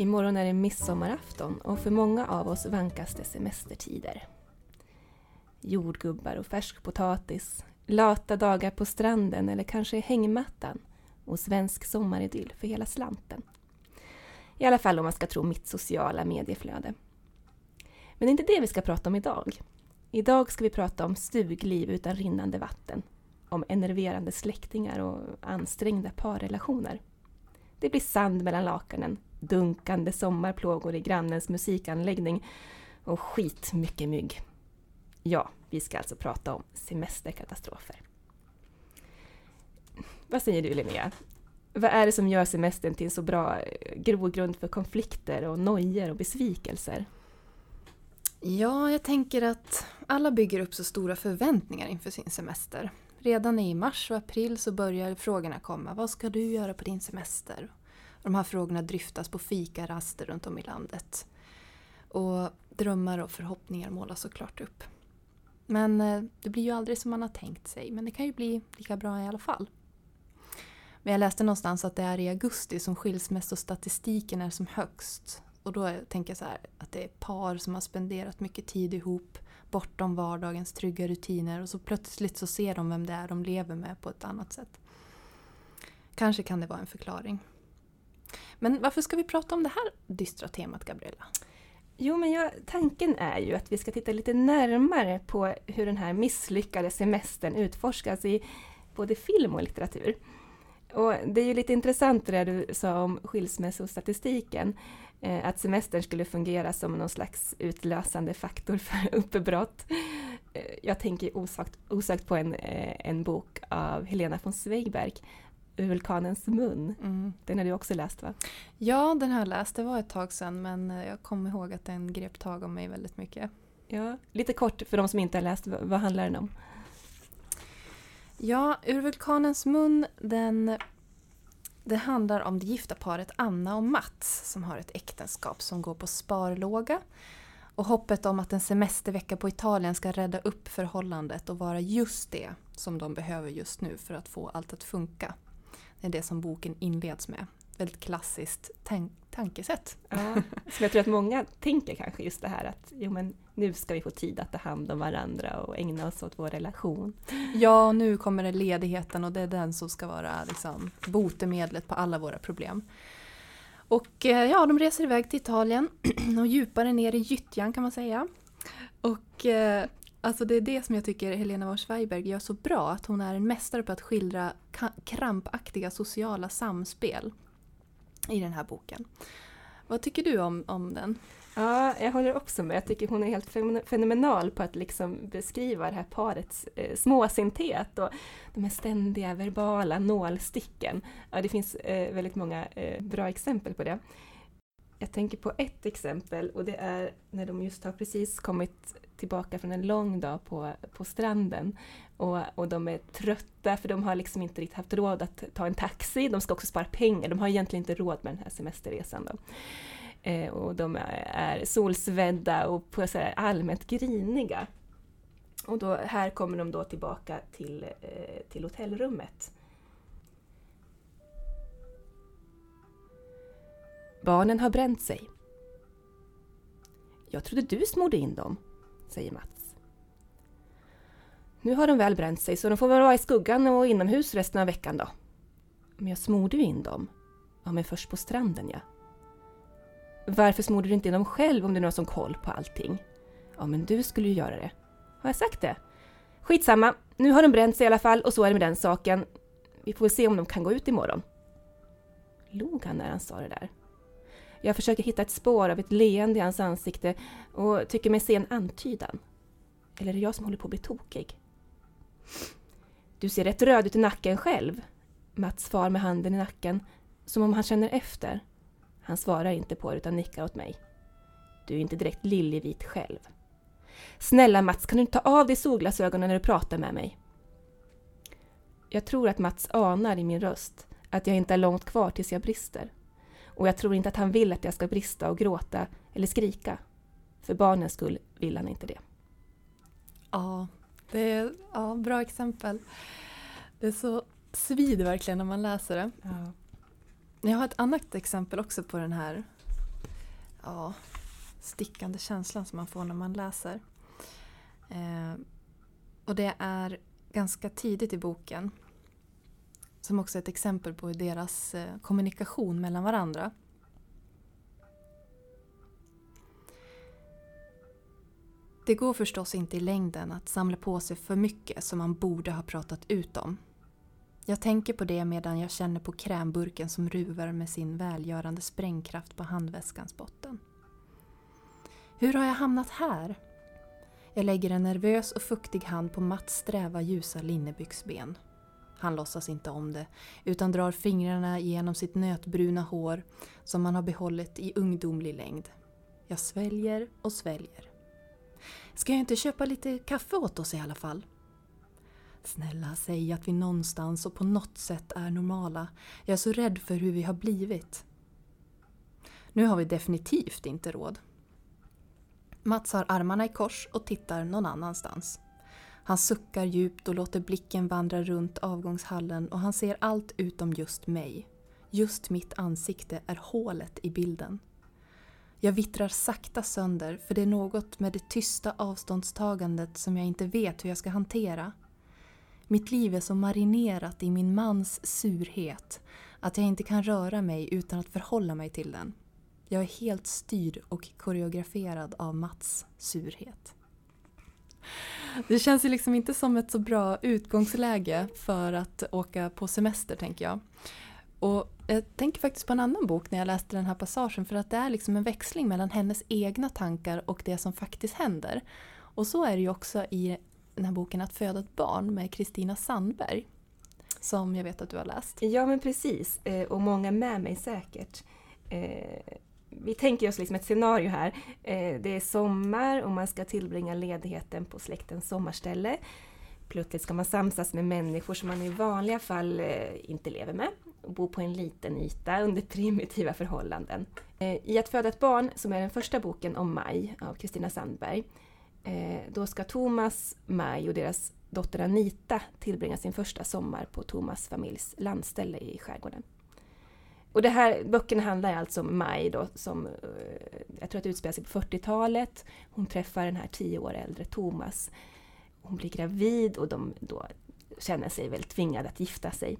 Imorgon är det midsommarafton och för många av oss vankas det semestertider. Jordgubbar och färsk potatis, lata dagar på stranden eller kanske hängmattan och svensk sommaridyll för hela slanten. I alla fall om man ska tro mitt sociala medieflöde. Men det är inte det vi ska prata om idag. Idag ska vi prata om stugliv utan rinnande vatten, om enerverande släktingar och ansträngda parrelationer. Det blir sand mellan lakanen, dunkande sommarplågor i grannens musikanläggning och skit mycket mygg. Ja, vi ska alltså prata om semesterkatastrofer. Vad säger du, Linnea? Vad är det som gör semestern till en så bra grogrund för konflikter och nojor och besvikelser? Ja, jag tänker att alla bygger upp så stora förväntningar inför sin semester. Redan i mars och april så börjar frågorna komma. Vad ska du göra på din semester? Och de här frågorna dryftas på fikaraster runt om i landet. Och drömmar och förhoppningar målas såklart upp. Men det blir ju aldrig som man har tänkt sig. Men det kan ju bli lika bra i alla fall. Men jag läste någonstans att det är i augusti som skilsmässostatistiken är som högst. Och då tänker jag så här att det är par som har spenderat mycket tid ihop bortom vardagens trygga rutiner och så plötsligt så ser de vem det är de lever med på ett annat sätt. Kanske kan det vara en förklaring. Men varför ska vi prata om det här dystra temat, Gabriella? Jo, men tanken är ju att vi ska titta lite närmare på hur den här misslyckade semestern utforskas i både film och litteratur. Och det är ju lite intressant det du sa om skilsmässostatistiken, att semestern skulle fungera som någon slags utlösande faktor för uppbrott. Jag tänker osagt på en bok av Helena von Zweigbergk, Ur vulkanens mun. Den har du också läst, va? Ja, den har jag läst. Det var ett tag sedan, men jag kommer ihåg att den grep tag om mig väldigt mycket. Ja, lite kort för de som inte har läst, vad handlar den om? Ja, Ur vulkanens mun, det handlar om det gifta paret Anna och Mats som har ett äktenskap som går på sparlåga. Och hoppet om att en semestervecka på Italien ska rädda upp förhållandet och vara just det som de behöver just nu för att få allt att funka. Det är det som boken inleds med. Väldigt klassiskt tankesätt. Ja, som jag tror att många tänker kanske just det här att men nu ska vi få tid att ta hand om varandra och ägna oss åt vår relation. Ja, nu kommer det ledigheten och det är den som ska vara liksom botemedlet på alla våra problem. Och ja, de reser iväg till Italien och djupare ner i gyttjan kan man säga. Och alltså det är det som jag tycker Helena von Zweigbergk gör så bra, att hon är en mästare på att skildra krampaktiga sociala samspel i den här boken. Vad tycker du om den? Ja, jag håller också med. Jag tycker hon är helt fenomenal på att liksom beskriva det här parets småsinthet och de här ständiga verbala nålsticken. Ja, det finns väldigt många bra exempel på det. Jag tänker på ett exempel och det är när de just har precis kommit tillbaka från en lång dag på stranden och de är trötta för de har liksom inte riktigt haft råd att ta en taxi. De ska också spara pengar. De har egentligen inte råd med den här semesterresan då. Och de är solsvedda och på så här allmänt griniga. Och då, här kommer de då tillbaka till hotellrummet. Barnen har bränt sig. Jag trodde du smorde in dem, säger Mats. Nu har de väl bränt sig så de får väl vara i skuggan och inomhus resten av veckan då. Men jag smorde ju in dem. Ja, men först på stranden, ja. Varför smorde du inte in dem själv om du nu har sån koll på allting? Ja, men du skulle ju göra det. Har jag sagt det? Skitsamma, nu har de bränt sig i alla fall och så är det med den saken. Vi får se om de kan gå ut imorgon. Log han när han sa det där? Jag försöker hitta ett spår av ett leende i hans ansikte och tycker mig se en antydan. Eller är det jag som håller på att bli tokig? Du ser rätt röd ut i nacken själv. Mats far med handen i nacken, som om han känner efter. Han svarar inte på det utan nickar åt mig. Du är inte direkt liljevit själv. Snälla Mats, kan du inte ta av dig solglasögonen när du pratar med mig? Jag tror att Mats anar i min röst att jag inte är långt kvar tills jag brister. Och jag tror inte att han vill att jag ska brista och gråta eller skrika. För barnens skull vill han inte det. Ja, det är bra exempel. Det är så svider verkligen när man läser det. Ja. Jag har ett annat exempel också på den här stickande känslan som man får när man läser. Och det är ganska tidigt i boken. Som också är ett exempel på deras kommunikation mellan varandra. Det går förstås inte i längden att samla på sig för mycket som man borde ha pratat ut om. Jag tänker på det medan jag känner på krämburken som ruvar med sin välgörande sprängkraft på handväskans botten. Hur har jag hamnat här? Jag lägger en nervös och fuktig hand på Mats sträva ljusa linnebyxben. Han låtsas inte om det, utan drar fingrarna genom sitt nötbruna hår som man har behållit i ungdomlig längd. Jag sväljer och sväljer. Ska jag inte köpa lite kaffe åt oss i alla fall? Snälla, säg att vi någonstans och på något sätt är normala. Jag är så rädd för hur vi har blivit. Nu har vi definitivt inte råd. Mats har armarna i kors och tittar någon annanstans. Han suckar djupt och låter blicken vandra runt avgångshallen och han ser allt utom just mig. Just mitt ansikte är hålet i bilden. Jag vittrar sakta sönder för det är något med det tysta avståndstagandet som jag inte vet hur jag ska hantera. Mitt liv är så marinerat i min mans surhet att jag inte kan röra mig utan att förhålla mig till den. Jag är helt styrd och koreograferad av Mats surhet. Det känns ju liksom inte som ett så bra utgångsläge för att åka på semester, tänker jag. Och jag tänker faktiskt på en annan bok när jag läste den här passagen, för att det är liksom en växling mellan hennes egna tankar och det som faktiskt händer. Och så är det ju också i den här boken Att föda ett barn med Kristina Sandberg, som jag vet att du har läst. Ja, men precis. Och många med mig säkert. Vi tänker oss liksom ett scenario här. Det är sommar och man ska tillbringa ledigheten på släktens sommarställe. Plötsligt ska man samsas med människor som man i vanliga fall inte lever med och bo på en liten yta under primitiva förhållanden. I Att föda ett barn, som är den första boken om Maj av Kristina Sandberg, då ska Thomas, Maj och deras dotter Anita tillbringa sin första sommar på Thomas familjs landställe i skärgården. Och det här böckerna handlar alltså om Maj då, som jag tror att det utspelar sig på 40-talet. Hon träffar den här 10 år äldre Thomas. Hon blir gravid och de då känner sig väl tvingade att gifta sig.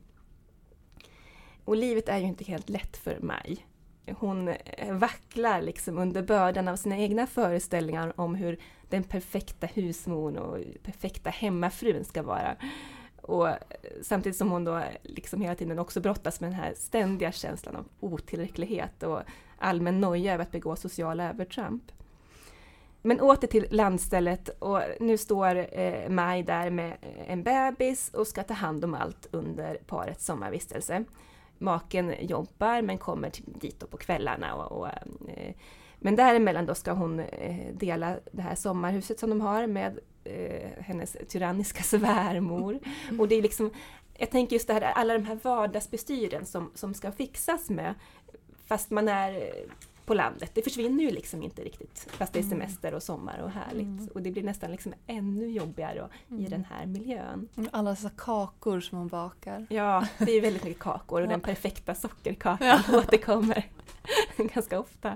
Och livet är ju inte helt lätt för Maj. Hon vacklar liksom under bördan av sina egna föreställningar om hur den perfekta husmor och perfekta hemmafrun ska vara. Och samtidigt som hon då liksom hela tiden också brottas med den här ständiga känslan av otillräcklighet och allmän noja över att begå sociala övertramp. Men åter till landstället, och nu står Maj där med en bebis och ska ta hand om allt under parets sommarvistelse. Maken jobbar men kommer dit då på kvällarna. Men däremellan då ska hon dela det här sommarhuset som de har med hennes tyranniska svärmor. Och det är liksom, jag tänker just det här, alla de här vardagsbestyren som ska fixas med, fast man är på landet. Det försvinner ju liksom inte riktigt, fast det är semester och sommar och härligt. Och det blir nästan liksom ännu jobbigare i den här miljön. Alla dessa kakor som man bakar. Ja, det är väldigt mycket kakor och den perfekta sockerkakan återkommer ganska ofta.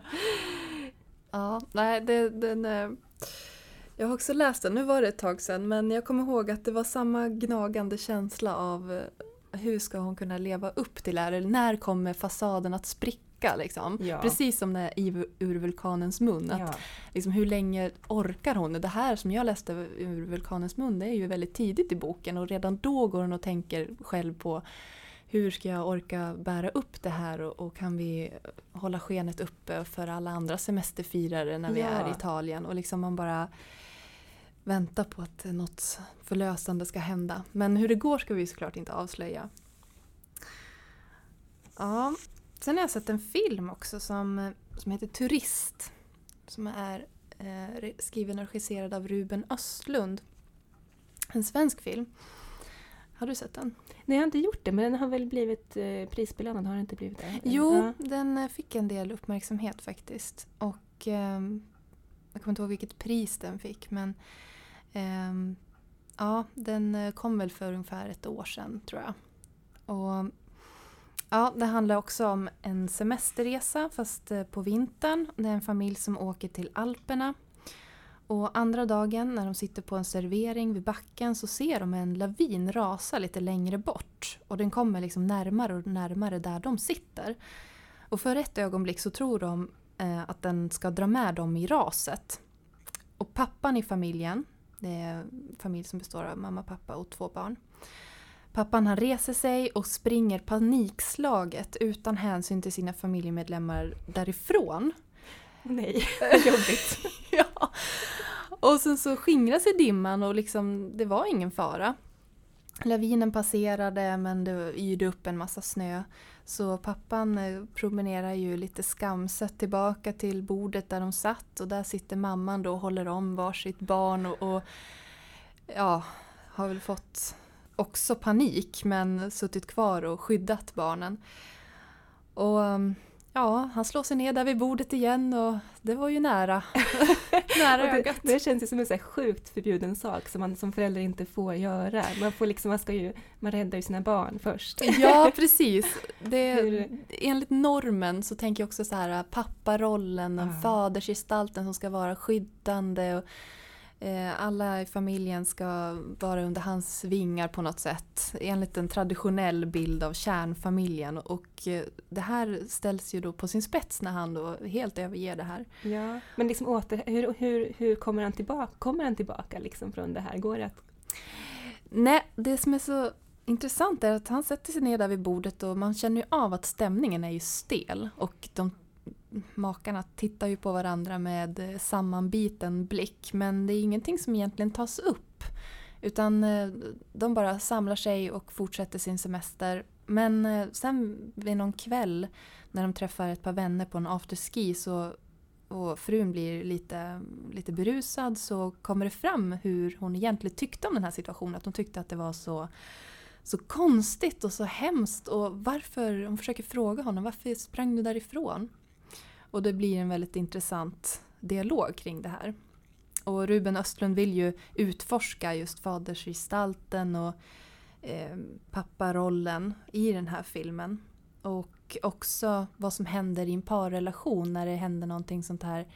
Ja, nej, jag har också läst den, nu var det ett tag sedan, men jag kommer ihåg att det var samma gnagande känsla av hur ska hon kunna leva upp till det här, eller när kommer fasaden att spricka liksom. Ja. Precis som när ur vulkanens mun, att liksom, hur länge orkar hon? Det här som jag läste ur vulkanens mun, det är ju väldigt tidigt i boken, och redan då går hon och tänker själv på hur ska jag orka bära upp det här, och kan vi hålla skenet uppe för alla andra semesterfirare när vi är i Italien, och liksom man bara väntar på att något förlösande ska hända. Men hur det går ska vi såklart inte avslöja. Ja, sen har jag sett en film också som heter Turist, som är skriven och regisserad av Ruben Östlund. En svensk film. Har du sett den? Nej, jag har inte gjort det, men den har väl blivit prisbelönad, har den inte blivit det? Jo, den fick en del uppmärksamhet faktiskt. Och jag kommer inte ihåg vilket pris den fick, men den kom väl för ungefär ett år sedan, tror jag. Och Ja, det handlar också om en semesterresa fast på vintern. Det är en familj som åker till Alperna. Och andra dagen när de sitter på en servering vid backen så ser de en lavin rasa lite längre bort. Och den kommer liksom närmare och närmare där de sitter. Och för ett ögonblick så tror de att den ska dra med dem i raset. Och pappan i familjen, det är en familj som består av mamma, pappa och 2 barn. Pappan han reser sig och springer panikslaget utan hänsyn till sina familjemedlemmar därifrån. Nej, jobbigt. Ja. Och sen så skingrar sig dimman och liksom, det var ingen fara. Lavinen passerade men det yrde upp en massa snö. Så pappan promenerar ju lite skamset tillbaka till bordet där de satt. Och där sitter mamman då och håller om varsitt barn och ja, har väl fått också panik men suttit kvar och skyddat barnen. Och ja, han slår sig ner där vid bordet igen och det var ju nära. Nära ögat. Det känns ju som en så här sjukt förbjuden sak som man som förälder inte får göra. Man räddar ju sina barn först. Ja, precis. Enligt normen så tänker jag också så här papparollen, den fadersgestalten som ska vara skyddande och alla i familjen ska vara under hans vingar på något sätt. Enligt en traditionell bild av kärnfamiljen. Och det här ställs ju då på sin spets när han då helt överger det här. Ja, men liksom hur kommer han tillbaka? Kommer han tillbaka liksom från det här? Går det att... Nej, det som är så intressant är att han sätter sig ner där vid bordet och man känner ju av att stämningen är ju stel. Och makarna tittar ju på varandra med sammanbiten blick, men det är ingenting som egentligen tas upp utan de bara samlar sig och fortsätter sin semester. Men sen vid någon kväll när de träffar ett par vänner på en afterski och frun blir lite berusad så kommer det fram hur hon egentligen tyckte om den här situationen, att hon tyckte att det var så konstigt och så hemskt och hon försöker fråga honom, varför sprang du därifrån? Och det blir en väldigt intressant dialog kring det här. Och Ruben Östlund vill ju utforska just fadersgestalten och papparollen i den här filmen. Och också vad som händer i en parrelation när det händer någonting sånt här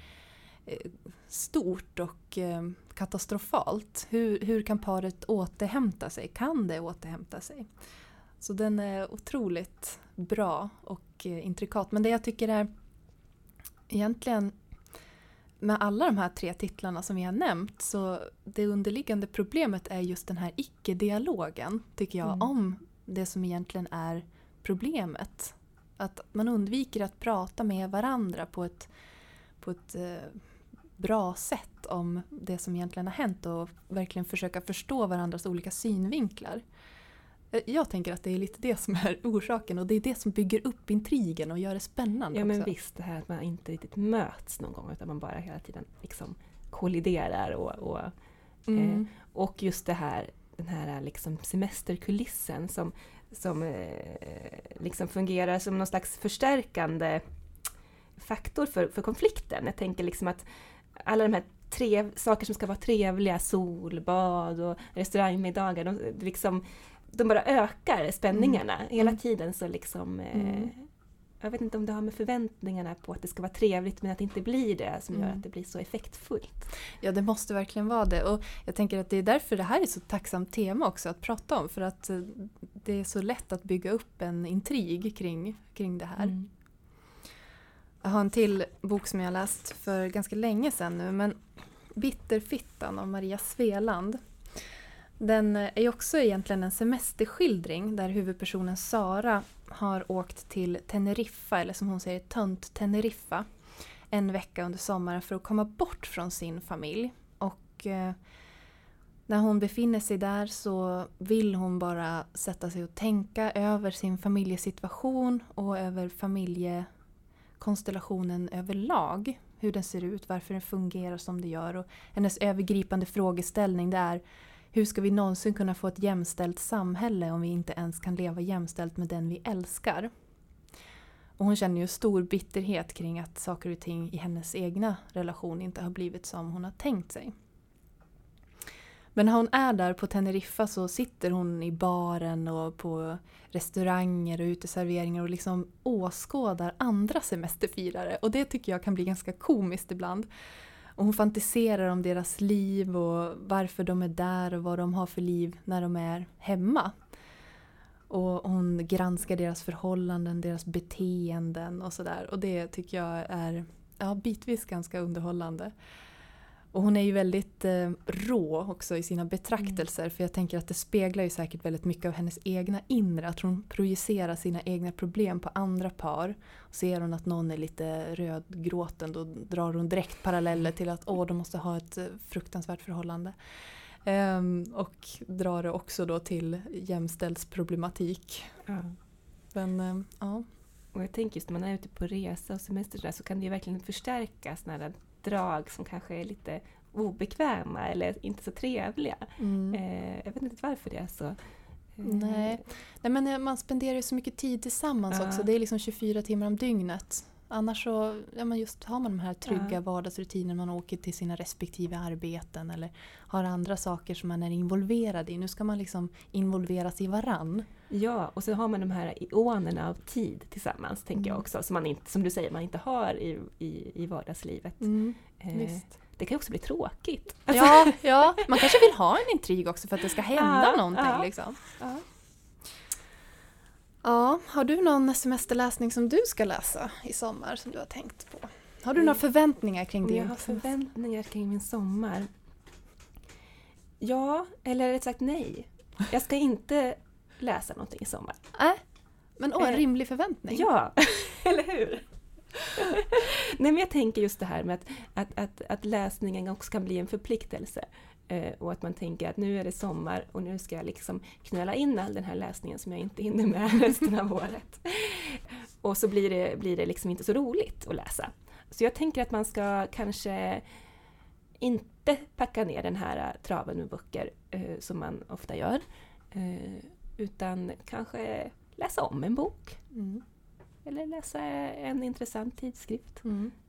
stort och katastrofalt. Hur kan paret återhämta sig? Kan det återhämta sig? Så den är otroligt bra och intrikat. Men det jag tycker är egentligen med alla de här 3 titlarna som vi har nämnt så det underliggande problemet är just den här icke-dialogen tycker jag om det som egentligen är problemet. Att man undviker att prata med varandra på ett bra sätt om det som egentligen har hänt och verkligen försöka förstå varandras olika synvinklar. Jag tänker att det är lite det som är orsaken och det är det som bygger upp intrigen och gör det spännande. Ja, också. Men visst, det här att man inte riktigt möts någon gång utan man bara hela tiden liksom kolliderar och just det här, den här liksom semesterkulissen som liksom fungerar som någon slags förstärkande faktor för konflikten. Jag tänker liksom att alla de här 3 saker som ska vara trevliga, solbad och restaurangmiddagar, de bara ökar spänningarna hela tiden. Så liksom, jag vet inte om det har med förväntningarna på att det ska vara trevligt men att det inte blir det som gör att det blir så effektfullt. Ja, det måste verkligen vara det. Och jag tänker att det är därför det här är så tacksamt tema också att prata om. För att det är så lätt att bygga upp en intrig kring det här. Jag har en till bok som jag läst för ganska länge sedan nu. Men Bitterfittan av Maria Sveland. Den är också egentligen en semesterskildring där huvudpersonen Sara har åkt till Teneriffa, eller som hon säger tönt Teneriffa, en vecka under sommaren för att komma bort från sin familj. Och när hon befinner sig där så vill hon bara sätta sig och tänka över sin familjesituation och över familjekonstellationen överlag. Hur den ser ut, varför den fungerar som det gör. Och hennes övergripande frågeställning det är: hur ska vi någonsin kunna få ett jämställt samhälle om vi inte ens kan leva jämställt med den vi älskar? Och hon känner ju stor bitterhet kring att saker och ting i hennes egna relation inte har blivit som hon har tänkt sig. Men när hon är där på Teneriffa så sitter hon i baren och på restauranger och uteserveringar och liksom åskådar andra semesterfirare. Och det tycker jag kan bli ganska komiskt ibland. Och hon fantiserar om deras liv och varför de är där och vad de har för liv när de är hemma. Och hon granskar deras förhållanden, deras beteenden och sådär. Och det tycker jag är bitvis ganska underhållande. Och hon är ju väldigt rå också i sina betraktelser. För jag tänker att det speglar ju säkert väldigt mycket av hennes egna inre. Att hon projicerar sina egna problem på andra par. Och ser hon att någon är lite rödgråten, då drar hon direkt paralleller till att de måste ha ett fruktansvärt förhållande. Och drar det också då till jämställdhetsproblematik. Ja. Men Och jag tänker just när man är ute på resa och semester så kan det ju verkligen förstärka såna här drag som kanske är lite obekväma eller inte så trevliga. Jag vet inte varför det är så. Nej, men man spenderar ju så mycket tid tillsammans också. Det är liksom 24 timmar om dygnet. Annars så just har man de här trygga vardagsrutiner, man åker till sina respektive arbeten eller har andra saker som man är involverad i. Nu ska man liksom involveras i varann. Ja, och så har man de här ionerna av tid tillsammans, tänker jag också. Som man inte, som du säger, man inte har i vardagslivet. Visst. Det kan också bli tråkigt. Ja, man kanske vill ha en intrig också för att det ska hända någonting. Liksom. Ja, har du någon semesterläsning som du ska läsa i sommar som du har tänkt på? Har du några förväntningar kring din? Jag har förväntningar kring min sommar. Ja, eller rätt sagt nej. Jag ska inte läsa någonting i sommar. Men en rimlig förväntning. Ja, eller hur? Nej, men jag tänker just det här med att läsningen också kan bli en förpliktelse. Och att man tänker att nu är det sommar och nu ska jag liksom knöla in all den här läsningen som jag inte hinner med resten av året. Och så blir det liksom inte så roligt att läsa. Så jag tänker att man ska kanske inte packa ner den här traven med böcker som man ofta gör. Utan kanske läsa om en bok. Eller läsa en intressant tidskrift.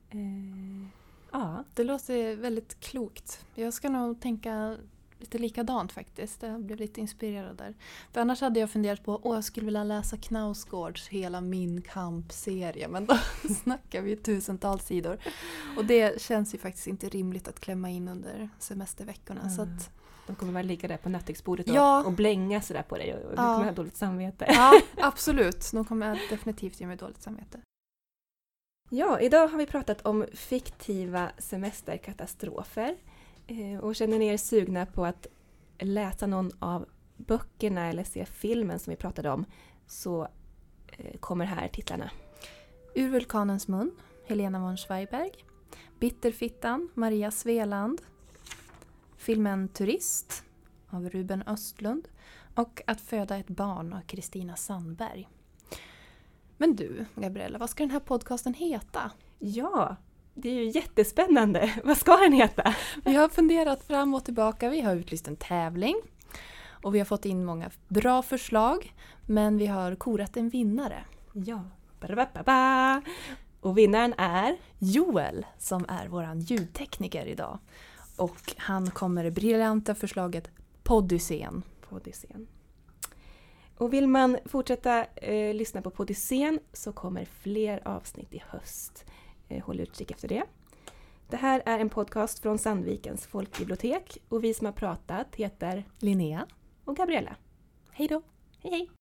Det låter väldigt klokt. Jag ska nog tänka lite likadant faktiskt. Jag blev lite inspirerad där. För annars hade jag funderat på jag skulle vilja läsa Knausgårds hela Min kamp-serie. Men då snackar vi tusentals sidor. Och det känns ju faktiskt inte rimligt att klämma in under semesterveckorna. Så att de kommer väl ligga där på nattduksbordet och blänga sig där på dig. Och du kommer ha dåligt samvete. Ja, absolut. De kommer definitivt ge mig dåligt samvete. Ja, idag har vi pratat om fiktiva semesterkatastrofer. Och känner ni er sugna på att läsa någon av böckerna eller se filmen som vi pratade om, så kommer här titlarna. Ur vulkanens mun, Helena von Zweigbergk. Bitterfittan, Maria Sveland. Filmen Turist av Ruben Östlund. Och Att föda ett barn av Kristina Sandberg. Men du, Gabriella, vad ska den här podcasten heta? Ja, det är ju jättespännande. Vad ska den heta? Vi har funderat fram och tillbaka. Vi har utlyst en tävling. Och vi har fått in många bra förslag. Men vi har korat en vinnare. Ja. Och vinnaren är Joel, som är våran ljudtekniker idag. Och han kommer det briljanta förslaget Podyssén. Och vill man fortsätta lyssna på Podyssén så kommer fler avsnitt i höst. Håll utkik efter det. Det här är en podcast från Sandvikens folkbibliotek och vi som har pratat heter Linnea och Gabriella. Hej då! Hej hej!